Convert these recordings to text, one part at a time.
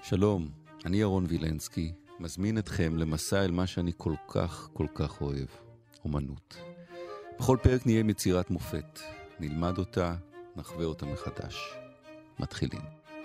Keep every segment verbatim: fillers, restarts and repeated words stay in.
שלום, אני ירון וילנסקי, מזמין אתכם למסע אל מה שאני כל כך כל כך אוהב, אומנות. בכל פרק נהיה יצירת מופת, נלמד אותה, נחווה אותה מחדש. מתחילים.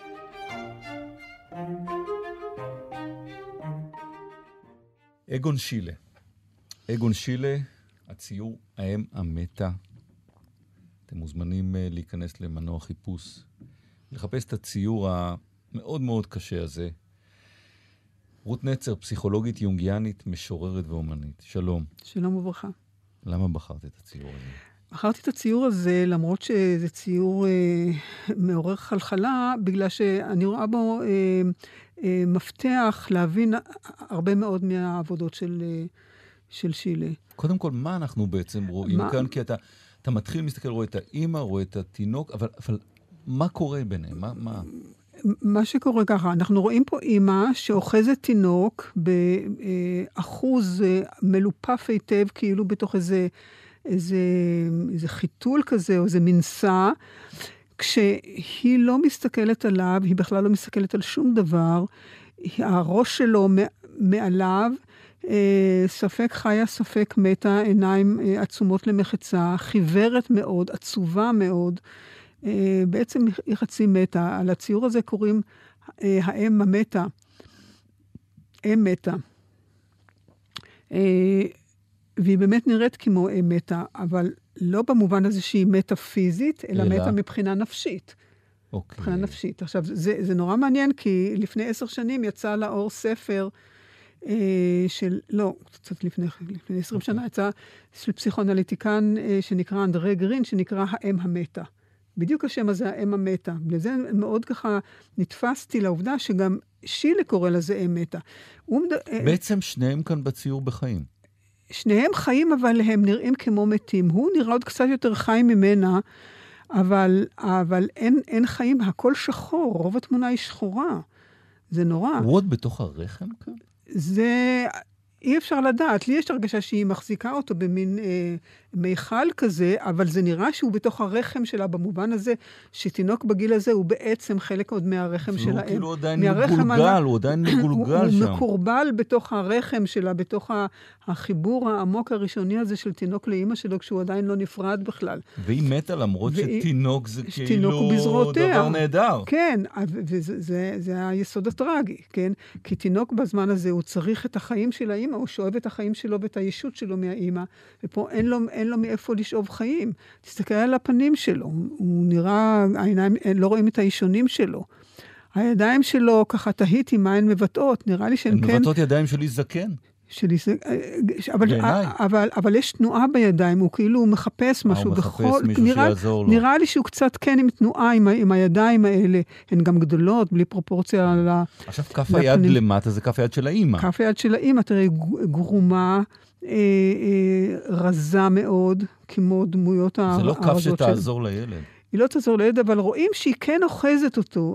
אגון שילה. אגון שילה, הציור האם המתה. אתם מוזמנים להיכנס למנוע חיפוש, לחפש את הציור המאוד מאוד קשה הזה. רות נצר, פסיכולוגית יונגיאנית, משוררת ואומנית. שלום. שלום וברכה. למה בחרת את הציור הזה? בחרתי את הציור הזה, למרות שזה ציור אה, מעורר חלחלה, בגלל שאני רואה בו אה, אה, מפתח להבין הרבה מאוד מהעבודות של, אה, של שילה. קודם כל, מה אנחנו בעצם רואים מה... כאן? כי אתה, אתה מתחיל להסתכל, רואה את האמא, רואה את התינוק, אבל, אבל מה קורה ביניהם? מה, מה? מה שקורה ככה, אנחנו רואים פה אמא שאוחזת תינוק באחוז מלופף היטב, כאילו בתוך איזה, איזה, איזה חיתול כזה, או איזה מנסה, כשהיא לא מסתכלת עליו, היא בכלל לא מסתכלת על שום דבר, הראש שלו מעליו, ספק חיה, ספק מתה, עיניים עצומות למחצה, חיוורת מאוד, עצובה מאוד, בעצם היא חצי מתה. על הציור הזה קוראים האם המתה. אם מתה. והיא באמת נראית כמו אם מתה, אבל לא במובן הזה שהיא מתה פיזית, אלא, אלא... מתה מבחינה נפשית. אוקיי. מבחינה נפשית. עכשיו, זה, זה נורא מעניין, כי לפני עשר שנים יצא לאור ספר של, לא, קצת לפני, לפני עשרים שנה, יצא של פסיכואנליטיקן שנקרא אנדרי גרין, שנקרא האם המתה. בדיוק השם הזה, האם המתה. לזה מאוד ככה נתפסתי לעובדה שגם שילה קורא לזה אם מתה. בעצם שניהם כאן בציור בחיים. שניהם חיים, אבל הם נראים כמו מתים. הוא נראה עוד קצת יותר חי ממנה, אבל, אבל אין, אין חיים, הכל שחור, רוב התמונה היא שחורה. זה נורא. הוא עוד בתוך הרחם כאן? זה... אי אפשר לדעת, לי יש הרגשה שהיא מחזיקה אותו במין אה, מיכל כזה, אבל זה נראה שהוא בתוך הרחם שלה, במובן הזה שתינוק בגיל הזה הוא בעצם חלק עוד מהרחם שלה. הוא כאילו עדיין מגולגל, על... הוא עדיין מגולגל הוא, שם. הוא מקורבל בתוך הרחם שלה, בתוך החיבור העמוק הראשוני הזה של תינוק לאמא שלו, כשהוא עדיין לא נפרד בכלל. והיא מתה למרות והיא... שתינוק זה כאילו דבר נהדר. כן, וזה זה, זה היסוד הטרגי, כן? כי תינוק בזמן הזה הוא צריך את החיים של האמא, הוא שואב את החיים שלו ואת הישות שלו מהאמא, ופה אין לו, אין לו מאיפה לשאוב חיים. תסתכל על הפנים שלו, הוא נראה, העיניים, לא רואים את האישונים שלו. הידיים שלו ככה תהיתי מה הן מבטאות, נראה לי שהן כן... מבטאות ידיים שלי זקן. שלי, אבל, אבל, אבל יש תנועה בידיים, הוא כאילו מחפש משהו. הוא מחפש בכל, מישהו נראה, שיעזור לו. נראה לי שהוא קצת כן עם תנועה, עם, עם הידיים האלה, הן גם גדולות, בלי פרופורציה ל... עכשיו כף היד למטה זה כף היד של האמא. כף היד של האמא, תראה, גרומה, אה, אה, רזה מאוד, כמו דמויות הרזות של... זה לא כף שתעזור של... לילד. היא לא תעזור לילד, אבל רואים שהיא כן אוחזת אותו,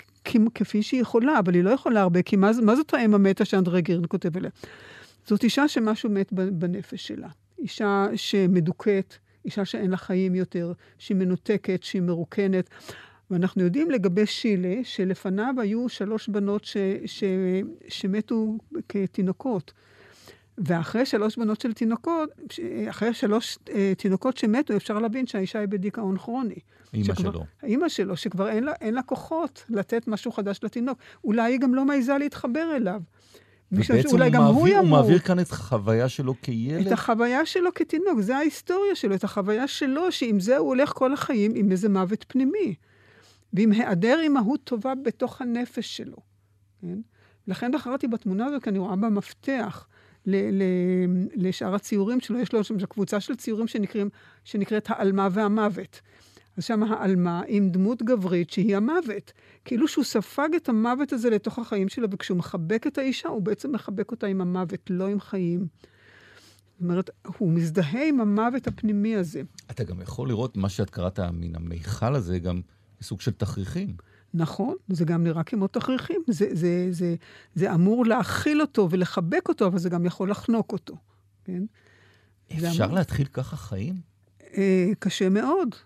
כפי שהיא יכולה, אבל היא לא יכולה הרבה, כי מה, מה זאת האם המתה שאנדרי גרין כותב אליה? זאת אישה שמשהו מת בנפש שלה. אישה שמדוכאת, אישה שאין לה חיים יותר, שהיא מנותקת, שהיא מרוקנת. ואנחנו יודעים לגבי שילה, שלפניו היו שלוש בנות ש, ש, שמתו כתינוקות. ואחרי שלוש בנות של תינוקות, אחרי שלוש uh, תינוקות שמתו, אפשר להבין שהאישה היא בדיכאון כרוני. אמא שכבר, שלו. אמא שלו, שכבר אין לה, אין לה כוחות לתת משהו חדש לתינוק. אולי היא גם לא מעיזה להתחבר אליו. ובעצם הוא מעביר, הוא מעביר כאן את החוויה שלו כילד? את החוויה שלו כתינוק, זה ההיסטוריה שלו, את החוויה שלו, שעם זה הוא הולך כל החיים עם איזה מוות פנימי. ועם היעדר אימהות טובה בתוך הנפש שלו. כן? לכן בחרתי בתמונה הזאת, כי אני רואה במפתח ל- ל- לשאר הציורים שלו. יש לו שם קבוצה של ציורים שנקראים, שנקראת העלמה והמוות. אז שם העלמה עם דמות גברית שהיא המוות. כאילו שהוא ספג את המוות הזה לתוך החיים שלו, וכשהוא מחבק את האישה, הוא בעצם מחבק אותה עם המוות, לא עם חיים. זאת אומרת, הוא מזדהה עם המוות הפנימי הזה. אתה גם יכול לראות מה שאת קראת מן המיכל הזה, גם סוג של תכריכים. נכון, זה גם נראה כמו תכריכים. זה, זה, זה, זה אמור להכיל אותו ולחבק אותו, אבל זה גם יכול לחנוק אותו. כן? אפשר להתחיל ככה חיים? אה, קשה מאוד.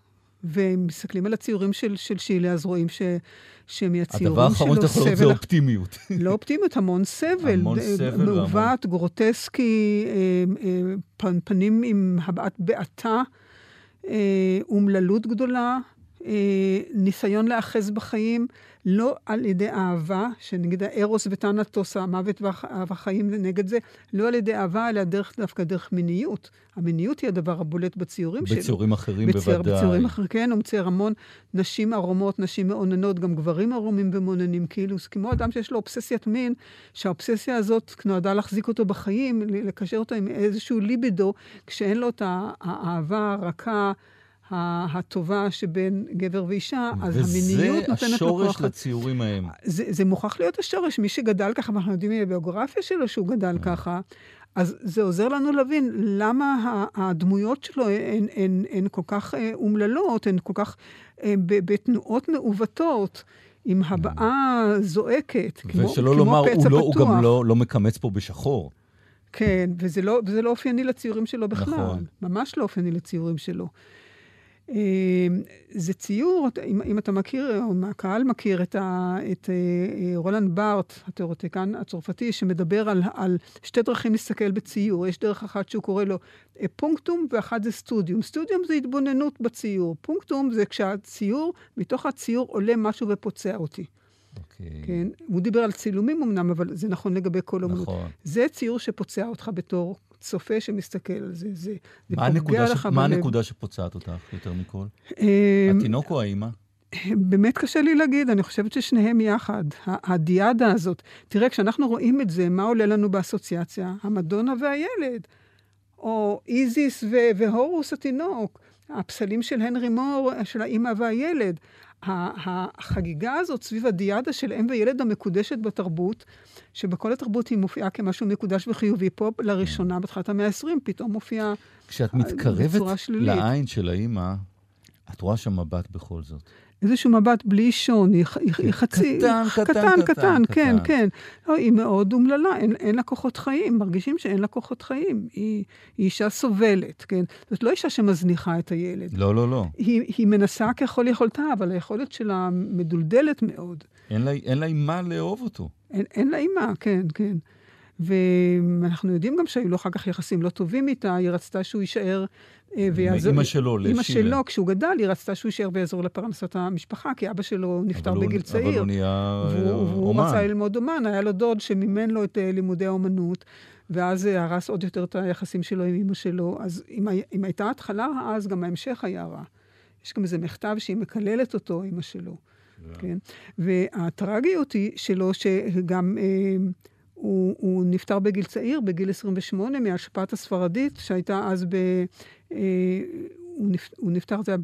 ומסתכלים על הציורים של, של שילה, אז רואים ש, שהם הציורים הדבר האחרון שלו שאתה יכול לראות זה אופטימיות. לא אופטימיות, המון סבל. המון סבל. מעוות, גרוטסקי, פנים עם הבעת בעתה, אומללות גדולה, ניסיון לאחז בחיים, לא על ידי אהבה, שנגד הארוס וטנטוס, המוות והחיים נגד זה, לא על ידי אהבה, אלא דרך, דווקא דרך מיניות. המיניות היא הדבר הבולט בציורים שלו. בציורים אחרים בציור, בוודאי. בציורים אחרים, כן, הוא מצייר המון נשים ערומות, נשים מעוננות, גם גברים ערומים ומעוננים, כאילו, כמו אדם שיש לו אובססיית מין, שהאובססיה הזאת נועדה להחזיק אותו בחיים, לקשר אותו עם איזשהו ליבידו, כשאין לו את האהבה הרכה, הטובה שבין גבר ואישה, אז המיניות נותנת לו כוח. וזה השורש לציורים ההם. זה, זה מוכרח להיות השורש. מי שגדל ככה, ואנחנו יודעים מהביוגרפיה שלו שהוא גדל ככה, אז זה עוזר לנו להבין למה הדמויות שלו הן, הן, הן כל כך אומללות, הן כל כך בתנועות מעוותות, עם הבעה זועקת, כמו, ושלא כמו לומר, פצע הוא, לא, פתוח. הוא גם לא, לא מקמץ פה בשחור. כן, וזה לא, וזה לא אופייני לציורים שלו בכלל. נכון. ממש לא אופייני לציורים שלו. זה ציור, אם, אם אתה מכיר, או מהקהל מכיר את, ה, את רולנד בארט, התיאורטיקן הצרפתי, שמדבר על, על שתי דרכים להסתכל בציור. יש דרך אחת שהוא קורא לו פונקטום, ואחת זה סטודיום. סטודיום זה התבוננות בציור. פונקטום זה כשהציור, מתוך הציור עולה משהו ופוצע אותי. Okay. כן? הוא דיבר על צילומים אמנם, אבל זה נכון לגבי כל אומנות. נכון. זה ציור שפוצע אותך בתור צופה שמסתכל על זה. זה, זה מה הנקודה, ש... מה בלב. הנקודה שפוצעת אותך יותר מכל? אה, התינוק או האמא? באמת קשה לי להגיד, אני חושבת ששניהם יחד. הדיאדה הזאת, תראה, כשאנחנו רואים את זה, מה עולה לנו באסוציאציה? המדונה והילד, או איזיס ו- והורוס התינוק, הפסלים של הנרי מור, של האמא והילד. החגיגה הזאת סביב הדיאדה של אם וילד המקודשת בתרבות, שבכל התרבות היא מופיעה כמשהו מקודש וחיובי, פה לראשונה בתחילת המאה ה-עשרים פתאום מופיעה כשאת מתקרבת לעין של האמא, את רואה שם מבט בכל זאת. איזשהו מבט בלי שון, היא, היא חצי... קטן, קטן, קטן, קטן, קטן, כן, קטן. כן. לא, היא מאוד אומללה, אין, אין לה כוחות חיים, מרגישים שאין לה כוחות חיים. היא, היא אישה סובלת, כן? זאת לא אישה שמזניחה את הילד. לא, לא, לא. היא, היא מנסה ככל יכולתה, אבל היכולת שלה מדולדלת מאוד. אין לה, אין לה אימה לאהוב אותו. אין, אין לה אימה, כן, כן. ואנחנו יודעים גם שהיו לו אחר כך יחסים לא טובים איתה, היא רצתה שהוא יישאר ויעזור. אמא שלו, אמא שלו, כשהוא גדל, היא רצתה שהוא יישאר ויעזור לפרנסת המשפחה, כי אבא שלו נפטר בגיל צעיר. אבל הוא נהיה והוא, והוא אומן. רצה ללמוד אומן, היה לו דוד שמימן לו את לימודי האומנות, ואז הרס עוד יותר את היחסים שלו עם אמא שלו. אז אם, אם הייתה התחלה רעה, אז גם ההמשך היה רע. יש גם איזה מכתב שהיא מקללת אותו, אמא שלו. Yeah. כן? והטרגיות היא שלו שגם... אה, הוא, הוא נפטר בגיל צעיר, בגיל עשרים ושמונה, מהשפעת הספרדית, שהייתה אז ב... אה, הוא, נפ, הוא נפטר, זה היה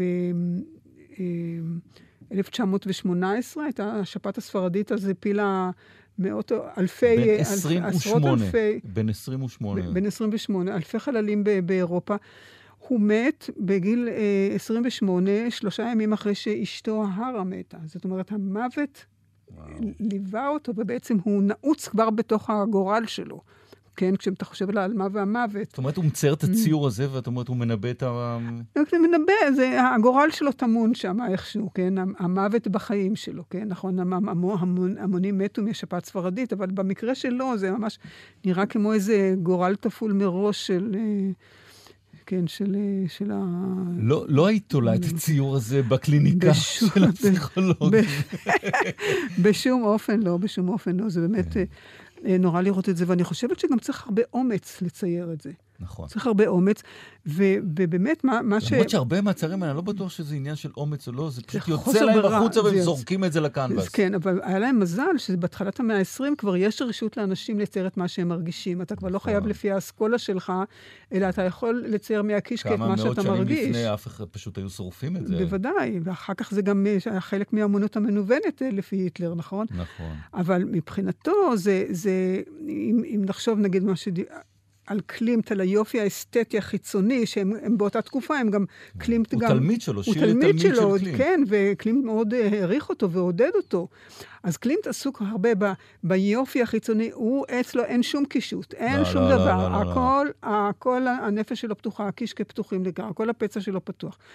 ב-אלף תשע מאות שמונה עשרה, הייתה השפעת הספרדית, אז הפילה מאות אלפי... בין עשרים ושמונה. אלפי, בין עשרים ושמונה. ב, בין עשרים ושמונה, אלפי חללים ב, באירופה. הוא מת בגיל אה, עשרים ושמונה, שלושה ימים אחרי שאשתו ההרה מתה. זאת אומרת, המוות... ליווה אותו, ובעצם הוא נעוץ כבר בתוך הגורל שלו. כן, כשאתה חושב על האלמה והמוות. זאת אומרת, הוא מצייר את הציור הזה, ואת אומרת, הוא מנבא את ה... זה מנבא, זה, הגורל שלו תמון שם איכשהו, כן? המוות בחיים שלו, כן? נכון, המונים מתו מהשפעת ספרדית, אבל במקרה שלו זה ממש נראה כמו איזה גורל תפול מראש של... כן, של, של ה... לא, לא היית תולה את הציור הזה בקליניקה בשום, של הפסיכולוג. בשום אופן לא, בשום אופן לא. זה באמת נורא לראות את זה, ואני חושבת שגם צריך הרבה אומץ לצייר את זה. נכון. צריך הרבה אומץ, ובאמת מה, מה ש... למרות שהרבה מהציירים האלה, אני לא בטוח שזה עניין של אומץ או לא, זה פשוט יוצא להם בחוצה והם זורקים את זה לקנבס. כן, אבל היה להם מזל שבתחילת המאה ה-עשרים כבר יש רשות לאנשים לצייר את מה שהם מרגישים. אתה כבר לא חייב לפי האסכולה שלך, אלא אתה יכול לצייר מהקישקע את מה שאתה מרגיש. כמה מאות שנים לפני אף אחד פשוט היו שורפים את זה. בוודאי, ואחר כך זה גם חלק מהאמנות המנוונת לפי היטלר, נכון? נכון. אבל מבחינתו זה, זה, אם, אם נחשוב נגיד מה שד... על קלימט, על היופי האסתטי החיצוני, שהם באותה תקופה, הם גם קלימט הוא גם... הוא תלמיד שלו, שיר תלמיד תלמיד שלו, של קלימט. כן, וקלימט מאוד העריך אותו ועודד אותו. אז קלימט עסוק הרבה ב, ביופי החיצוני, הוא אצלו אין שום קישוט, אין לא, שום לא, דבר. לא, לא, הכל, לא. הכל הנפש שלו פתוחה, הקישקע פתוחים לגמרי, כל הפצע שלו פתוח.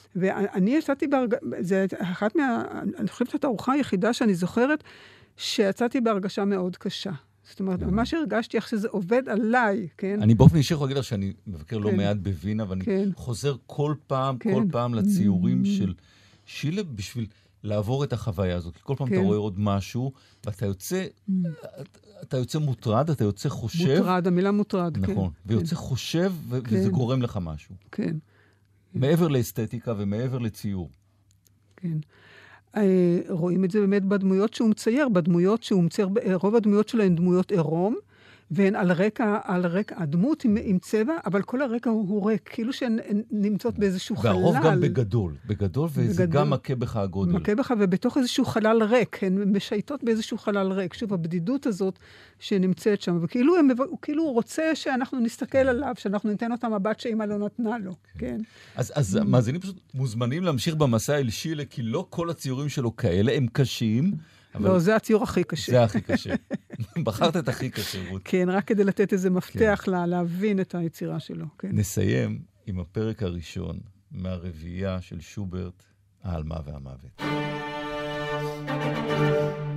ואני יצאתי בהרגשה, זה אחת מה, אני חושבת שאת הארוחה היחידה שאני זוכרת, שיצאתי בהרגשה מאוד קשה. זאת אומרת, ממש הרגשתי איך שזה עובד עליי, כן? אני באופן אישי יכול להגיד לך שאני מבקר לא מעט בווינה, ואני חוזר כל פעם, כל פעם לציורים של שילה בשביל לעבור את החוויה הזאת. כי כל פעם אתה רואה עוד משהו, ואתה יוצא, אתה יוצא מוטרד, אתה יוצא חושב. מוטרד, המילה מוטרד, כן. נכון, ויוצא חושב, וזה גורם לך משהו. כן. מעבר לאסתטיקה ומעבר לציור. כן. רואים את זה באמת בדמויות שהוא מצייר, בדמויות שהוא מצייר, רוב הדמויות שלו הן דמויות עירום, והן על רקע, על רקע, הדמות עם, עם צבע, אבל כל הרקע הוא, הוא ריק, כאילו שהן נמצאות באיזשהו חלל. והרוב גם בגדול, בגדול, וזה בגדול, גם מכה בך הגודל. מכה בך, ובתוך איזשהו חלל ריק, הן משייטות באיזשהו חלל ריק. שוב, הבדידות הזאת שנמצאת שם, וכאילו הם, הוא כאילו רוצה שאנחנו נסתכל עליו, שאנחנו ניתן אותה מבט שאמא לא נתנה לו, כן? כן? אז, אז mm. מאזינים פשוט מוזמנים להמשיך במסע אל שילה, כי לא כל הציורים שלו כאלה, הם קשים, אבל... לא, זה הציור הכי קשה. זה הכי קשה. בחרת את הכי קשה, רות. כן, רק כדי לתת איזה מפתח כן. לה, להבין את היצירה שלו. כן. נסיים עם הפרק הראשון מהרביעייה של שוברט, העלמה והמוות.